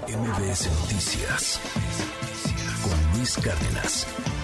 MBS Noticias con Luis Cárdenas.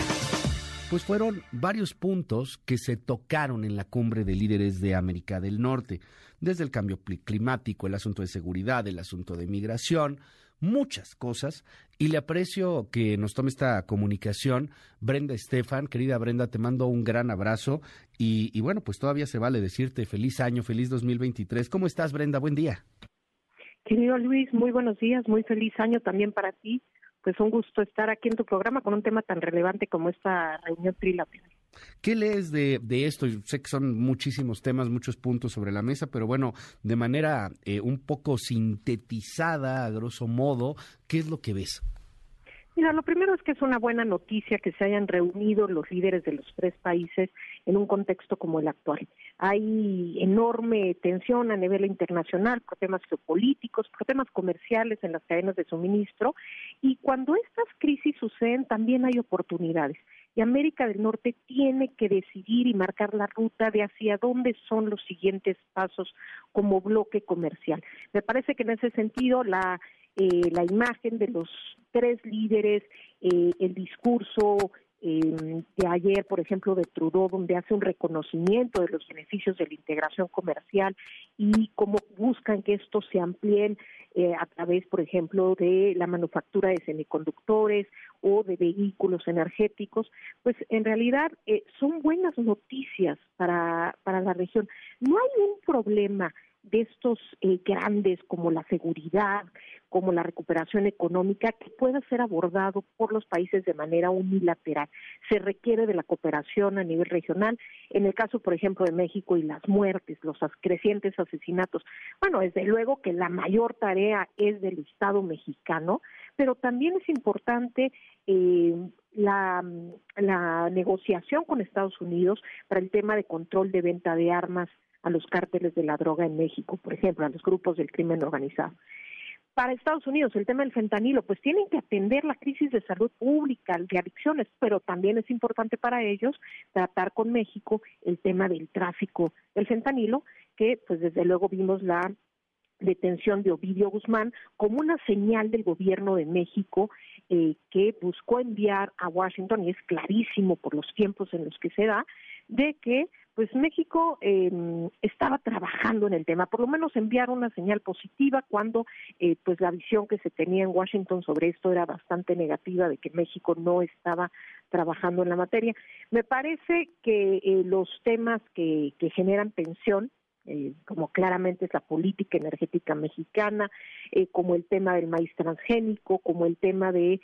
Pues fueron varios puntos que se tocaron en la cumbre de líderes de América del Norte, desde el cambio climático, el asunto de seguridad, el asunto de migración, muchas cosas, y le aprecio que nos tome esta comunicación Brenda Estefan. Querida Brenda, te mando un gran abrazo y bueno, pues todavía se vale decirte feliz año, feliz 2023. ¿Cómo estás, Brenda? Buen día. Querido Luis, muy buenos días, muy feliz año también para ti. Pues un gusto estar aquí en tu programa con un tema tan relevante como esta reunión trilateral. ¿Qué lees de esto? Yo sé que son muchísimos temas, muchos puntos sobre la mesa, pero bueno, de manera un poco sintetizada, a grosso modo, ¿qué es lo que ves? Mira, lo primero es que es una buena noticia que se hayan reunido los líderes de los tres países en un contexto como el actual. Hay enorme tensión a nivel internacional por temas geopolíticos, por temas comerciales en las cadenas de suministro, y cuando estas crisis suceden también hay oportunidades. Y América del Norte tiene que decidir y marcar la ruta de hacia dónde son los siguientes pasos como bloque comercial. Me parece que en ese sentido la imagen de los tres líderes, el discurso de ayer, por ejemplo, de Trudeau, donde hace un reconocimiento de los beneficios de la integración comercial y cómo buscan que esto se amplíen a través, por ejemplo, de la manufactura de semiconductores o de vehículos energéticos, pues en realidad son buenas noticias para la región. No hay un problema de estos grandes como la seguridad, como la recuperación económica, que pueda ser abordado por los países de manera unilateral. Se requiere de la cooperación a nivel regional. En el caso, por ejemplo, de México y las muertes, los crecientes asesinatos, bueno, desde luego que la mayor tarea es del Estado mexicano, pero también es importante la negociación con Estados Unidos para el tema de control de venta de armas a los cárteles de la droga en México, por ejemplo, a los grupos del crimen organizado. Para Estados Unidos, el tema del fentanilo, pues tienen que atender la crisis de salud pública, de adicciones, pero también es importante para ellos tratar con México el tema del tráfico del fentanilo, que pues desde luego vimos la detención de Ovidio Guzmán como una señal del gobierno de México que buscó enviar a Washington, y es clarísimo por los tiempos en los que se da, de que pues México estaba trabajando en el tema, por lo menos enviar una señal positiva cuando pues la visión que se tenía en Washington sobre esto era bastante negativa, de que México no estaba trabajando en la materia. Me parece que los temas que generan tensión, como claramente es la política energética mexicana, como el tema del maíz transgénico, como el tema de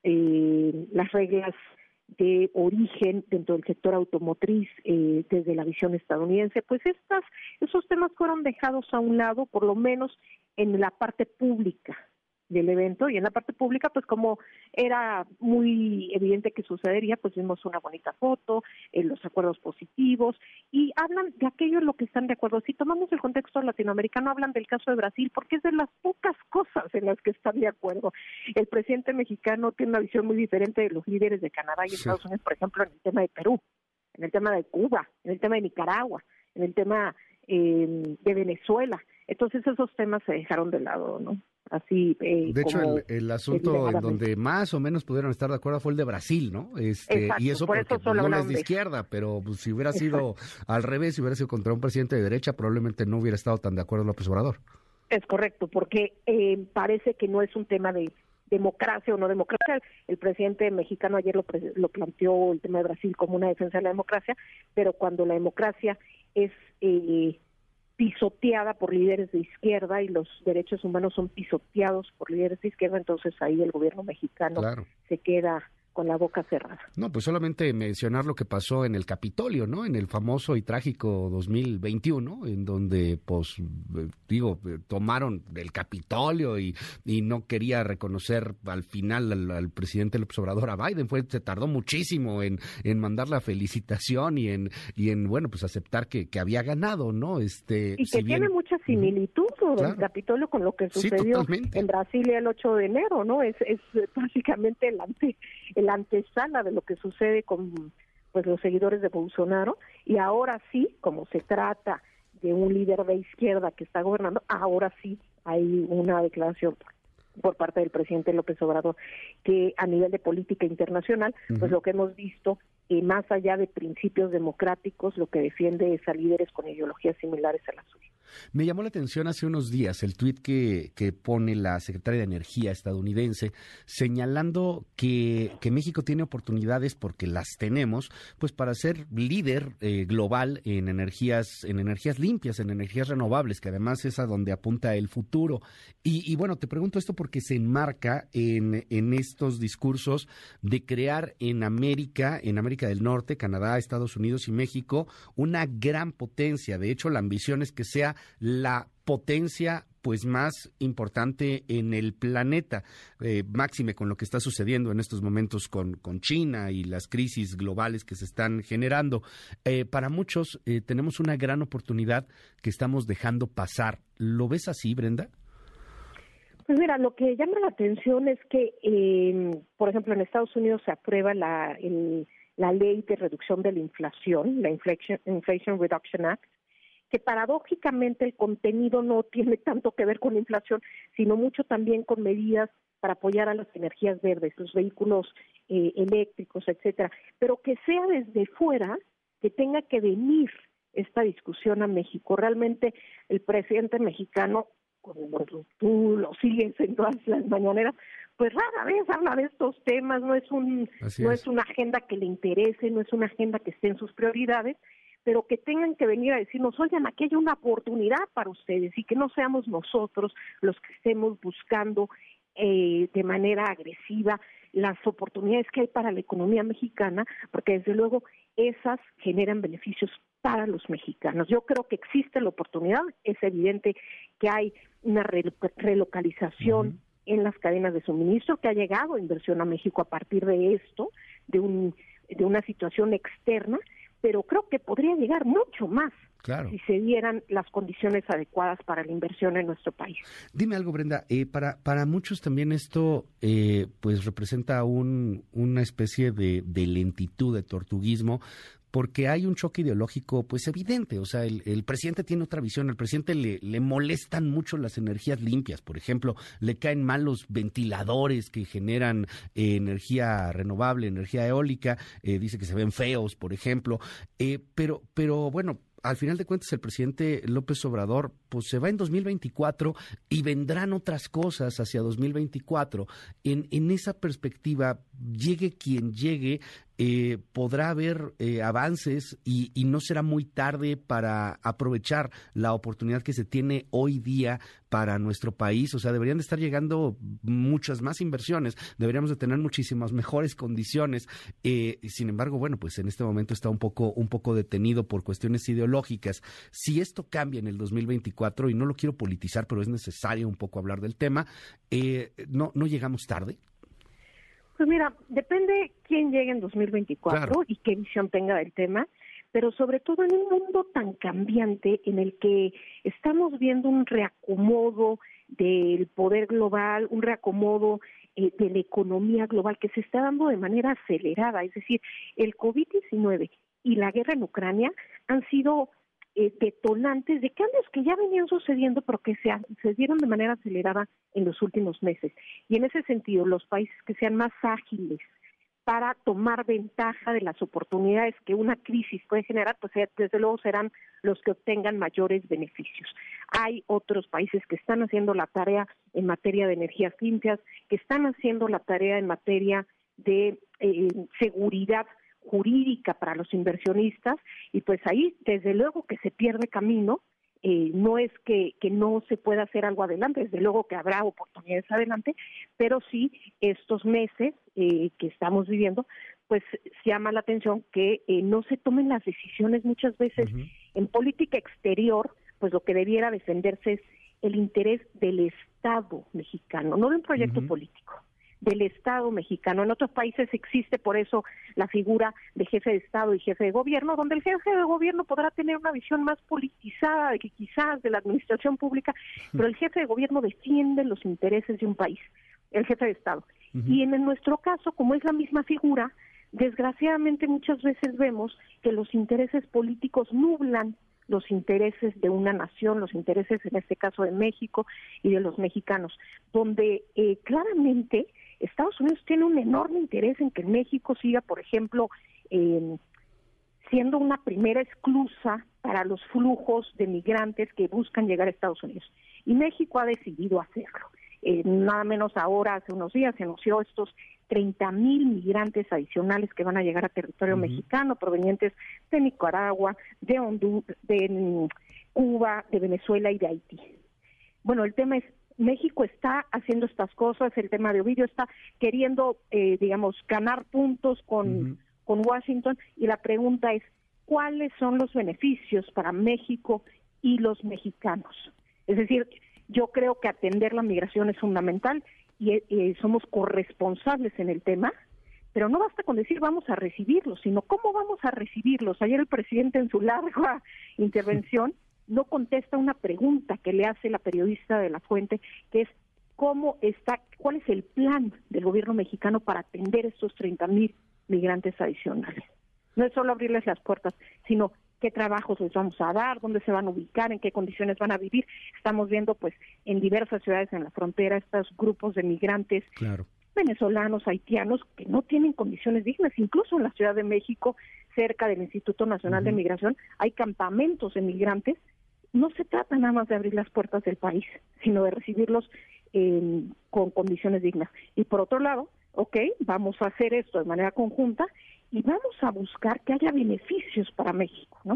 las reglas de origen dentro del sector automotriz desde la visión estadounidense, pues esos temas fueron dejados a un lado, por lo menos en la parte pública del evento, y en la parte pública, pues como era muy evidente que sucedería, pues vimos una bonita foto, los acuerdos positivos, y hablan de aquello en lo que están de acuerdo. Si tomamos el contexto latinoamericano, hablan del caso de Brasil, porque es de las pocas cosas en las que están de acuerdo. El presidente mexicano tiene una visión muy diferente de los líderes de Canadá y Estados Unidos, por ejemplo, en el tema de Perú, en el tema de Cuba, en el tema de Nicaragua, en el tema de Venezuela. Entonces esos temas se dejaron de lado, ¿no? Así, de hecho, el asunto en donde más o menos pudieron estar de acuerdo fue el de Brasil, ¿no? Exacto, y eso por porque eso solo no es de izquierda, pero pues, si hubiera sido al revés, si hubiera sido contra un presidente de derecha, probablemente no hubiera estado tan de acuerdo López Obrador. Es correcto, porque parece que no es un tema de democracia o no democracia. El presidente mexicano ayer lo planteó el tema de Brasil como una defensa de la democracia, pero cuando la democracia es pisoteada por líderes de izquierda y los derechos humanos son pisoteados por líderes de izquierda, entonces ahí el gobierno mexicano se queda con la boca cerrada. No, pues solamente mencionar lo que pasó en el Capitolio, ¿no? En el famoso y trágico 2021, en donde, pues, tomaron el Capitolio y no quería reconocer al final al presidente López Obrador, a Biden. Se tardó muchísimo en mandar la felicitación y en bueno, pues aceptar que había ganado, ¿no? Y que tiene mucha similitud el Capitolio con lo que sucedió en Brasilia el 8 de enero, ¿no? Es básicamente la antesala de lo que sucede con pues los seguidores de Bolsonaro, y ahora sí, como se trata de un líder de izquierda que está gobernando, ahora sí hay una declaración por parte del presidente López Obrador, que a nivel de política internacional, pues lo que hemos visto, más allá de principios democráticos, lo que defiende es a líderes con ideologías similares a la suya. Me llamó la atención hace unos días el tuit que pone la secretaria de Energía estadounidense señalando que México tiene oportunidades, porque las tenemos, pues para ser líder global en energías limpias, en energías renovables, que además es a donde apunta el futuro. Y bueno, te pregunto esto porque se enmarca en estos discursos de crear en América del Norte, Canadá, Estados Unidos y México, una gran potencia. De hecho, la ambición es que sea la potencia pues más importante en el planeta, máxime con lo que está sucediendo en estos momentos con China y las crisis globales que se están generando. Para muchos tenemos una gran oportunidad que estamos dejando pasar. ¿Lo ves así, Brenda? Pues mira, lo que llama la atención es que, por ejemplo, en Estados Unidos se aprueba la ley de reducción de la inflación, la Inflation Reduction Act, que paradójicamente el contenido no tiene tanto que ver con la inflación, sino mucho también con medidas para apoyar a las energías verdes, los vehículos eléctricos, etcétera, pero que sea desde fuera que tenga que venir esta discusión a México. Realmente el presidente mexicano, como tú lo sigues en todas las mañaneras, pues rara vez habla de estos temas, no es una agenda que le interese, no es una agenda que esté en sus prioridades, pero que tengan que venir a decirnos, oigan, aquí hay una oportunidad para ustedes, y que no seamos nosotros los que estemos buscando de manera agresiva las oportunidades que hay para la economía mexicana, porque desde luego esas generan beneficios para los mexicanos. Yo creo que existe la oportunidad, es evidente que hay una relocalización en las cadenas de suministro, que ha llegado inversión a México a partir de esto, de una situación externa, pero creo que podría llegar mucho más, claro, si se dieran las condiciones adecuadas para la inversión en nuestro país. Dime algo, Brenda, para muchos también esto pues representa una especie de lentitud, de tortuguismo, porque hay un choque ideológico pues evidente. O sea, el presidente tiene otra visión. Al presidente le molestan mucho las energías limpias, por ejemplo, le caen mal los ventiladores que generan energía renovable, energía eólica, dice que se ven feos, por ejemplo, pero bueno, al final de cuentas el presidente López Obrador pues se va en 2024 y vendrán otras cosas hacia 2024. En esa perspectiva, llegue quien llegue, podrá haber avances y no será muy tarde para aprovechar la oportunidad que se tiene hoy día para nuestro país. O sea, deberían de estar llegando muchas más inversiones, deberíamos de tener muchísimas mejores condiciones. Sin embargo, bueno, pues en este momento está un poco detenido por cuestiones ideológicas. Si esto cambia en el 2024, y no lo quiero politizar, pero es necesario un poco hablar del tema, ¿no llegamos tarde? Pues mira, depende quién llegue en 2024, claro, y qué visión tenga del tema, pero sobre todo en un mundo tan cambiante en el que estamos viendo un reacomodo del poder global, un reacomodo de la economía global que se está dando de manera acelerada. Es decir, el COVID-19 y la guerra en Ucrania han sido detonantes de cambios que ya venían sucediendo, pero que se dieron de manera acelerada en los últimos meses. Y en ese sentido, los países que sean más ágiles para tomar ventaja de las oportunidades que una crisis puede generar, pues desde luego serán los que obtengan mayores beneficios. Hay otros países que están haciendo la tarea en materia de energías limpias, que están haciendo la tarea en materia de seguridad jurídica para los inversionistas, y pues ahí desde luego que se pierde camino. No es que no se pueda hacer algo adelante, desde luego que habrá oportunidades adelante, pero sí estos meses que estamos viviendo, pues llama la atención que no se tomen las decisiones muchas veces. En política exterior, pues lo que debiera defenderse es el interés del Estado mexicano, no de un proyecto político, del Estado mexicano. En otros países existe por eso la figura de jefe de Estado y jefe de gobierno, donde el jefe de gobierno podrá tener una visión más politizada que quizás de la administración pública, pero el jefe de gobierno defiende los intereses de un país, el jefe de Estado. Y en nuestro caso, como es la misma figura, desgraciadamente muchas veces vemos que los intereses políticos nublan los intereses de una nación, los intereses en este caso de México y de los mexicanos, donde claramente Estados Unidos tiene un enorme interés en que México siga, por ejemplo, siendo una primera esclusa para los flujos de migrantes que buscan llegar a Estados Unidos. Y México ha decidido hacerlo. Nada menos ahora, hace unos días, se anunció estos 30,000 migrantes adicionales que van a llegar a territorio mexicano, provenientes de Nicaragua, de Honduras, de Cuba, de Venezuela y de Haití. Bueno, el tema es, México está haciendo estas cosas, el tema de Ovidio está queriendo, ganar puntos con Washington, y la pregunta es, ¿cuáles son los beneficios para México y los mexicanos? Es decir, yo creo que atender la migración es fundamental y somos corresponsables en el tema, pero no basta con decir vamos a recibirlos, sino cómo vamos a recibirlos. Ayer el presidente en su larga intervención no contesta una pregunta que le hace la periodista de La Fuente, que es cuál es el plan del gobierno mexicano para atender estos 30,000 migrantes adicionales. No es solo abrirles las puertas, sino qué trabajos les vamos a dar, dónde se van a ubicar, en qué condiciones van a vivir. Estamos viendo pues en diversas ciudades en la frontera estos grupos de migrantes venezolanos, haitianos, que no tienen condiciones dignas. Incluso en la Ciudad de México, cerca del Instituto Nacional de Migración, hay campamentos de migrantes. No se trata nada más de abrir las puertas del país, sino de recibirlos con condiciones dignas. Y por otro lado, vamos a hacer esto de manera conjunta y vamos a buscar que haya beneficios para México, ¿no?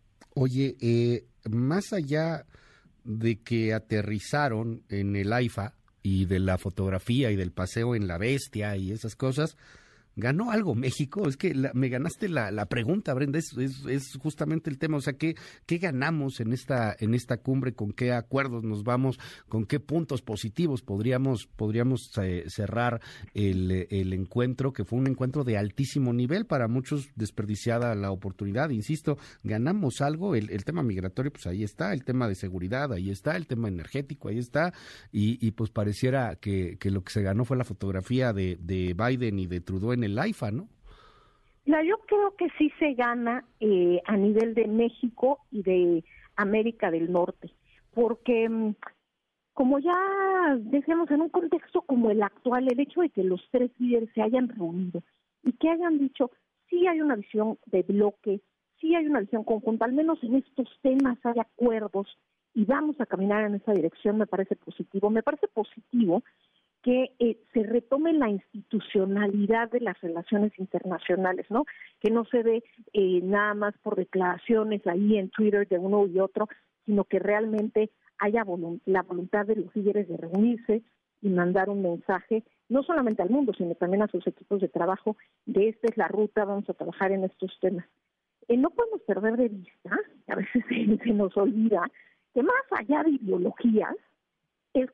Oye, más allá de que aterrizaron en el AIFA y de la fotografía y del paseo en la Bestia y esas cosas, ¿ganó algo México? Es que me ganaste la pregunta, Brenda, es justamente el tema. O sea, ¿qué ganamos en esta cumbre? ¿Con qué acuerdos nos vamos? ¿Con qué puntos positivos podríamos cerrar el encuentro, que fue un encuentro de altísimo nivel, para muchos desperdiciada la oportunidad? Insisto, ¿ganamos algo? El tema migratorio, pues ahí está, el tema de seguridad, ahí está, el tema energético, ahí está, y pues pareciera que lo que se ganó fue la fotografía de Biden y de Trudeau en el AIFA, ¿no? Yo creo que sí se gana a nivel de México y de América del Norte, porque como ya decíamos, en un contexto como el actual, el hecho de que los tres líderes se hayan reunido y que hayan dicho, sí hay una visión de bloque, sí hay una visión conjunta, al menos en estos temas hay acuerdos y vamos a caminar en esa dirección, me parece positivo. Me parece positivo que se retome la institucionalidad de las relaciones internacionales, ¿no? Que no se ve nada más por declaraciones ahí en Twitter de uno y otro, sino que realmente haya la voluntad de los líderes de reunirse y mandar un mensaje, no solamente al mundo, sino también a sus equipos de trabajo, de esta es la ruta, vamos a trabajar en estos temas. No podemos perder de vista, a veces se nos olvida, que más allá de ideologías, el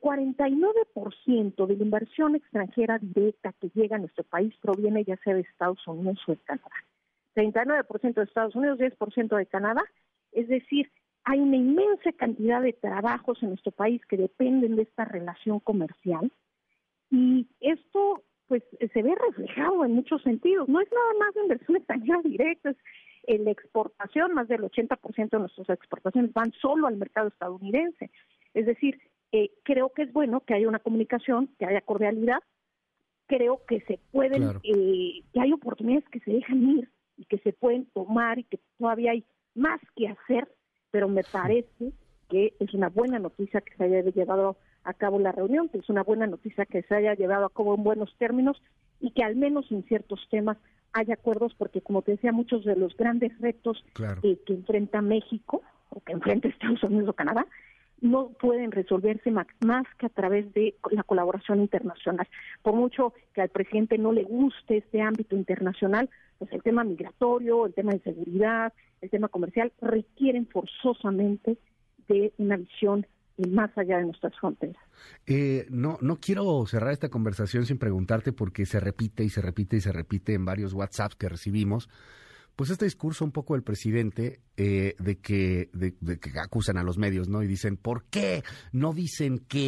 49% de la inversión extranjera directa que llega a nuestro país proviene ya sea de Estados Unidos o de Canadá. 39% de Estados Unidos, 10% de Canadá. Es decir, hay una inmensa cantidad de trabajos en nuestro país que dependen de esta relación comercial. Y esto pues se ve reflejado en muchos sentidos. No es nada más de inversión extranjera directa, es la exportación. Más del 80% de nuestras exportaciones van solo al mercado estadounidense. Es decir, creo que es bueno que haya una comunicación, que haya cordialidad. Creo que se pueden, que hay oportunidades que se dejan ir y que se pueden tomar y que todavía hay más que hacer, pero me parece que es una buena noticia que se haya llevado a cabo la reunión, que es una buena noticia que se haya llevado a cabo en buenos términos y que al menos en ciertos temas haya acuerdos, porque como te decía, muchos de los grandes retos que enfrenta México o que enfrenta Estados Unidos o Canadá no pueden resolverse más que a través de la colaboración internacional. Por mucho que al presidente no le guste este ámbito internacional, pues el tema migratorio, el tema de seguridad, el tema comercial requieren forzosamente de una visión más allá de nuestras fronteras. No quiero cerrar esta conversación sin preguntarte, porque se repite y se repite y se repite en varios WhatsApps que recibimos, pues este discurso un poco del presidente de que acusan a los medios, ¿no? Y dicen, ¿por qué no dicen que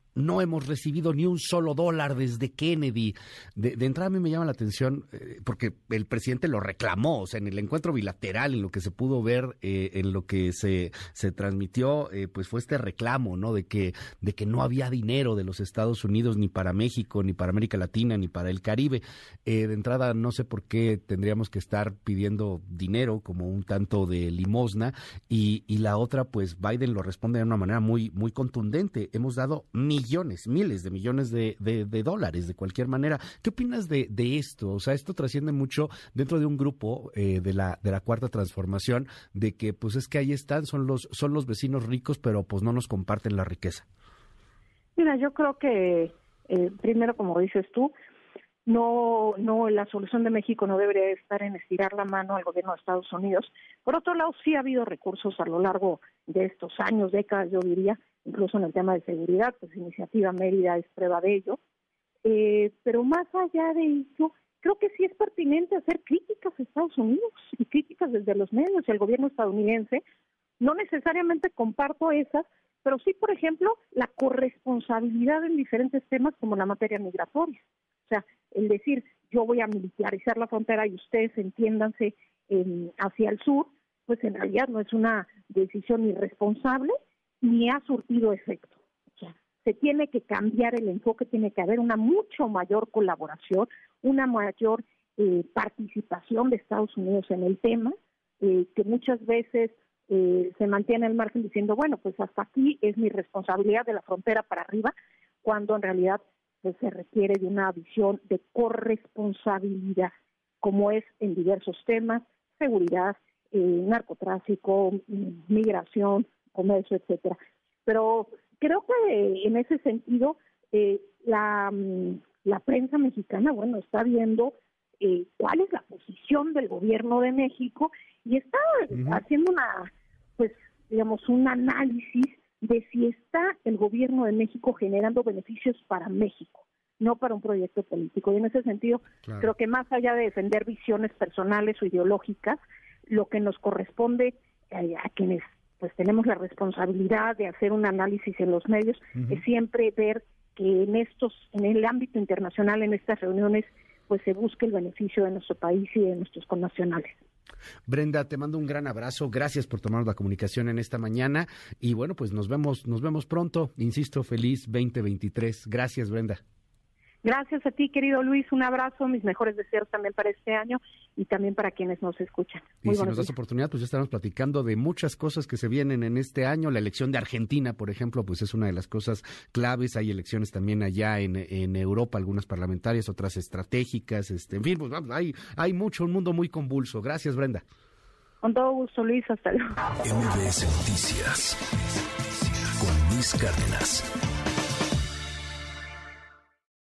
no hemos recibido ni un solo dólar desde Kennedy. De entrada a mí me llama la atención porque el presidente lo reclamó, o sea, en el encuentro bilateral, en lo que se pudo ver, en lo que se transmitió, pues fue este reclamo, ¿no? De que no había dinero de los Estados Unidos ni para México, ni para América Latina, ni para el Caribe. De entrada no sé por qué tendríamos que estar pidiendo dinero como un tanto de limosna, y la otra, pues Biden lo responde de una manera muy, muy contundente. Hemos dado miles de millones de dólares de cualquier manera. ¿Qué opinas de esto? O sea, esto trasciende mucho dentro de un grupo de la Cuarta Transformación, de que pues es que ahí están, son los vecinos ricos, pero pues no nos comparten la riqueza. Mira, yo creo que primero, como dices tú, no, la solución de México no debería estar en estirar la mano al gobierno de Estados Unidos. Por otro lado, sí ha habido recursos a lo largo de estos años, décadas, yo diría, incluso en el tema de seguridad, pues Iniciativa Mérida es prueba de ello. Pero más allá de ello, creo que sí es pertinente hacer críticas a Estados Unidos y críticas desde los medios y el gobierno estadounidense. No necesariamente comparto esas, pero sí, por ejemplo, la corresponsabilidad en diferentes temas como la materia migratoria. O sea, el decir, yo voy a militarizar la frontera y ustedes entiéndanse hacia el sur, pues en realidad no es una decisión irresponsable ni ha surtido efecto. O sea, se tiene que cambiar el enfoque, tiene que haber una mucho mayor colaboración, una mayor participación de Estados Unidos en el tema, que muchas veces se mantiene al margen diciendo, bueno, pues hasta aquí es mi responsabilidad de la frontera para arriba, cuando en realidad pues, se requiere de una visión de corresponsabilidad, como es en diversos temas, seguridad, narcotráfico, migración, comercio, etcétera. Pero creo que en ese sentido la prensa mexicana, bueno, está viendo cuál es la posición del gobierno de México y está haciendo un análisis de si está el gobierno de México generando beneficios para México, no para un proyecto político. Y en ese sentido, claro, creo que más allá de defender visiones personales o ideológicas, lo que nos corresponde a quienes pues tenemos la responsabilidad de hacer un análisis en los medios es siempre ver que en el ámbito internacional, en estas reuniones, pues se busque el beneficio de nuestro país y de nuestros connacionales. Brenda, te mando un gran abrazo, gracias por tomar la comunicación en esta mañana y bueno, pues nos vemos pronto, insisto, feliz 2023. Gracias, Brenda. Gracias a ti, querido Luis, un abrazo, mis mejores deseos también para este año y también para quienes nos escuchan. Muy y si nos das oportunidad, pues ya estamos platicando de muchas cosas que se vienen en este año. La elección de Argentina, por ejemplo, pues es una de las cosas claves. Hay elecciones también allá en Europa, algunas parlamentarias, otras estratégicas. En fin, pues vamos, hay mucho, un mundo muy convulso. Gracias, Brenda. Con todo gusto, Luis, hasta luego. MBS Noticias con Luis Cárdenas.